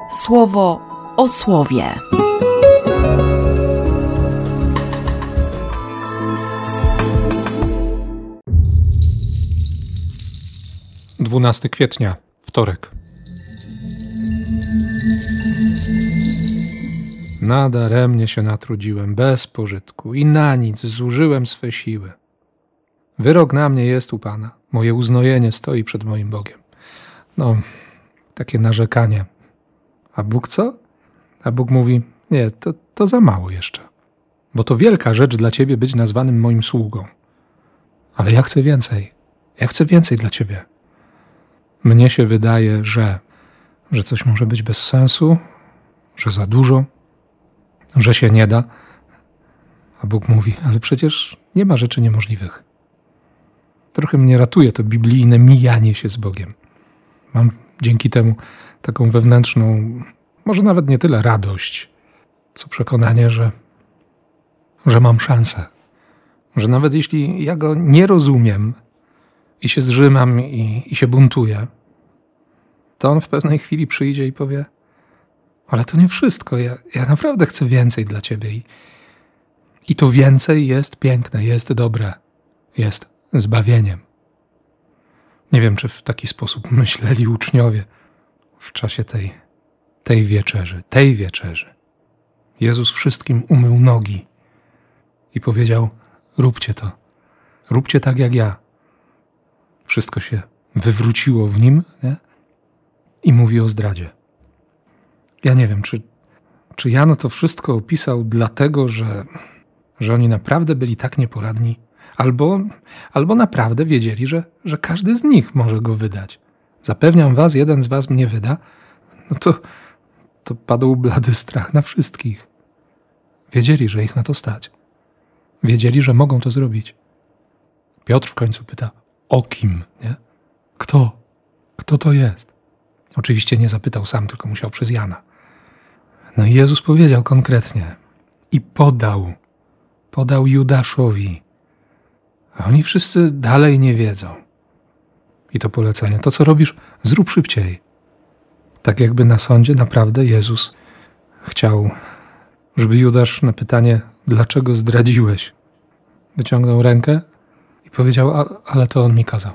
Słowo o słowie. Kwietnia, wtorek. Nadaremnie się natrudziłem, bez pożytku i na nic zużyłem swe siły. Wyrok na mnie jest u Pana, moje uznojenie stoi przed moim Bogiem. Takie narzekanie. A Bóg co? A Bóg mówi, nie, to za mało jeszcze. Bo to wielka rzecz dla Ciebie być nazwanym moim sługą. Ale ja chcę więcej. Ja chcę więcej dla Ciebie. Mnie się wydaje, że coś może być bez sensu, że za dużo, że się nie da. A Bóg mówi, ale przecież nie ma rzeczy niemożliwych. Trochę mnie ratuje to biblijne mijanie się z Bogiem. Mam dzięki temu taką wewnętrzną, może nawet nie tyle radość, co przekonanie, że mam szansę. Że nawet jeśli ja Go nie rozumiem i się zrzymam i się buntuję, to On w pewnej chwili przyjdzie i powie, ale to nie wszystko, ja naprawdę chcę więcej dla Ciebie. I to więcej jest piękne, jest dobre, jest zbawieniem. Nie wiem, czy w taki sposób myśleli uczniowie w czasie tej wieczerzy. Jezus wszystkim umył nogi i powiedział, róbcie to, róbcie tak jak ja. Wszystko się wywróciło w nim, nie? I mówi o zdradzie. Ja nie wiem, czy Jan to wszystko opisał dlatego, że oni naprawdę byli tak nieporadni, albo naprawdę wiedzieli, że każdy z nich może go wydać. Zapewniam was, jeden z was mnie wyda, to padł blady strach na wszystkich. Wiedzieli, że ich na to stać. Wiedzieli, że mogą to zrobić. Piotr w końcu pyta, o kim, nie? Kto? Kto to jest? Oczywiście nie zapytał sam, tylko musiał przez Jana. No i Jezus powiedział konkretnie i podał Judaszowi. A oni wszyscy dalej nie wiedzą. I to polecenie, to co robisz, zrób szybciej. Tak jakby na sądzie naprawdę Jezus chciał, żeby Judasz na pytanie, dlaczego zdradziłeś, wyciągnął rękę i powiedział, ale to on mi kazał.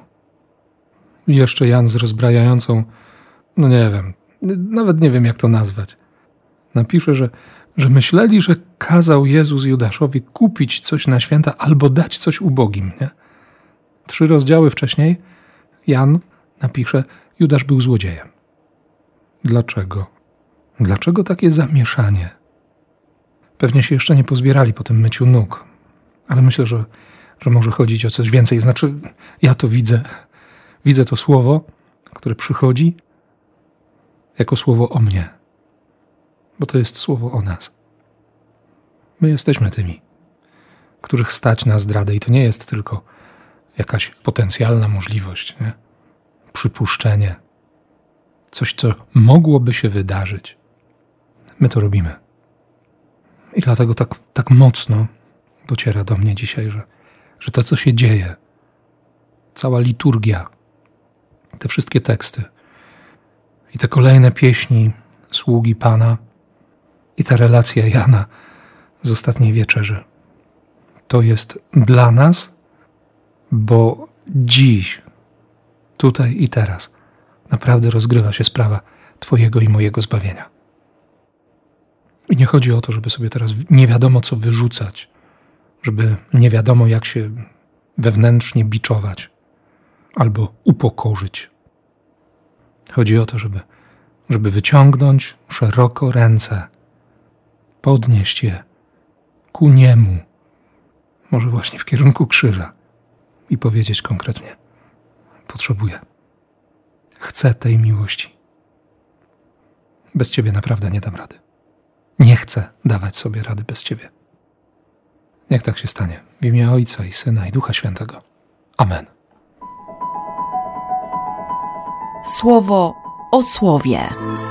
I jeszcze Jan z rozbrajającą, nie wiem, nawet nie wiem jak to nazwać. Napisze, że myśleli, że kazał Jezus Judaszowi kupić coś na święta albo dać coś ubogim. Nie? 3 rozdziały wcześniej Jan napisze, Judasz był złodziejem. Dlaczego? Dlaczego takie zamieszanie? Pewnie się jeszcze nie pozbierali po tym myciu nóg, ale myślę, że może chodzić o coś więcej. Znaczy, ja to widzę. Widzę to słowo, które przychodzi jako słowo o mnie. Bo to jest słowo o nas. My jesteśmy tymi, których stać na zdradę i to nie jest tylko jakaś potencjalna możliwość, nie? Przypuszczenie. Coś, co mogłoby się wydarzyć. My to robimy. I dlatego tak mocno dociera do mnie dzisiaj, że to, co się dzieje, cała liturgia, te wszystkie teksty i te kolejne pieśni sługi Pana i ta relacja Jana z ostatniej wieczerzy, to jest dla nas, bo dziś, tutaj i teraz naprawdę rozgrywa się sprawa Twojego i mojego zbawienia. I nie chodzi o to, żeby sobie teraz nie wiadomo co wyrzucać, żeby nie wiadomo jak się wewnętrznie biczować albo upokorzyć. Chodzi o to, żeby wyciągnąć szeroko ręce, podnieść je ku Niemu, może właśnie w kierunku krzyża i powiedzieć konkretnie, potrzebuję, chcę tej miłości. Bez Ciebie naprawdę nie dam rady. Nie chcę dawać sobie rady bez Ciebie. Niech tak się stanie. W imię Ojca i Syna i Ducha Świętego. Amen. Słowo o słowie.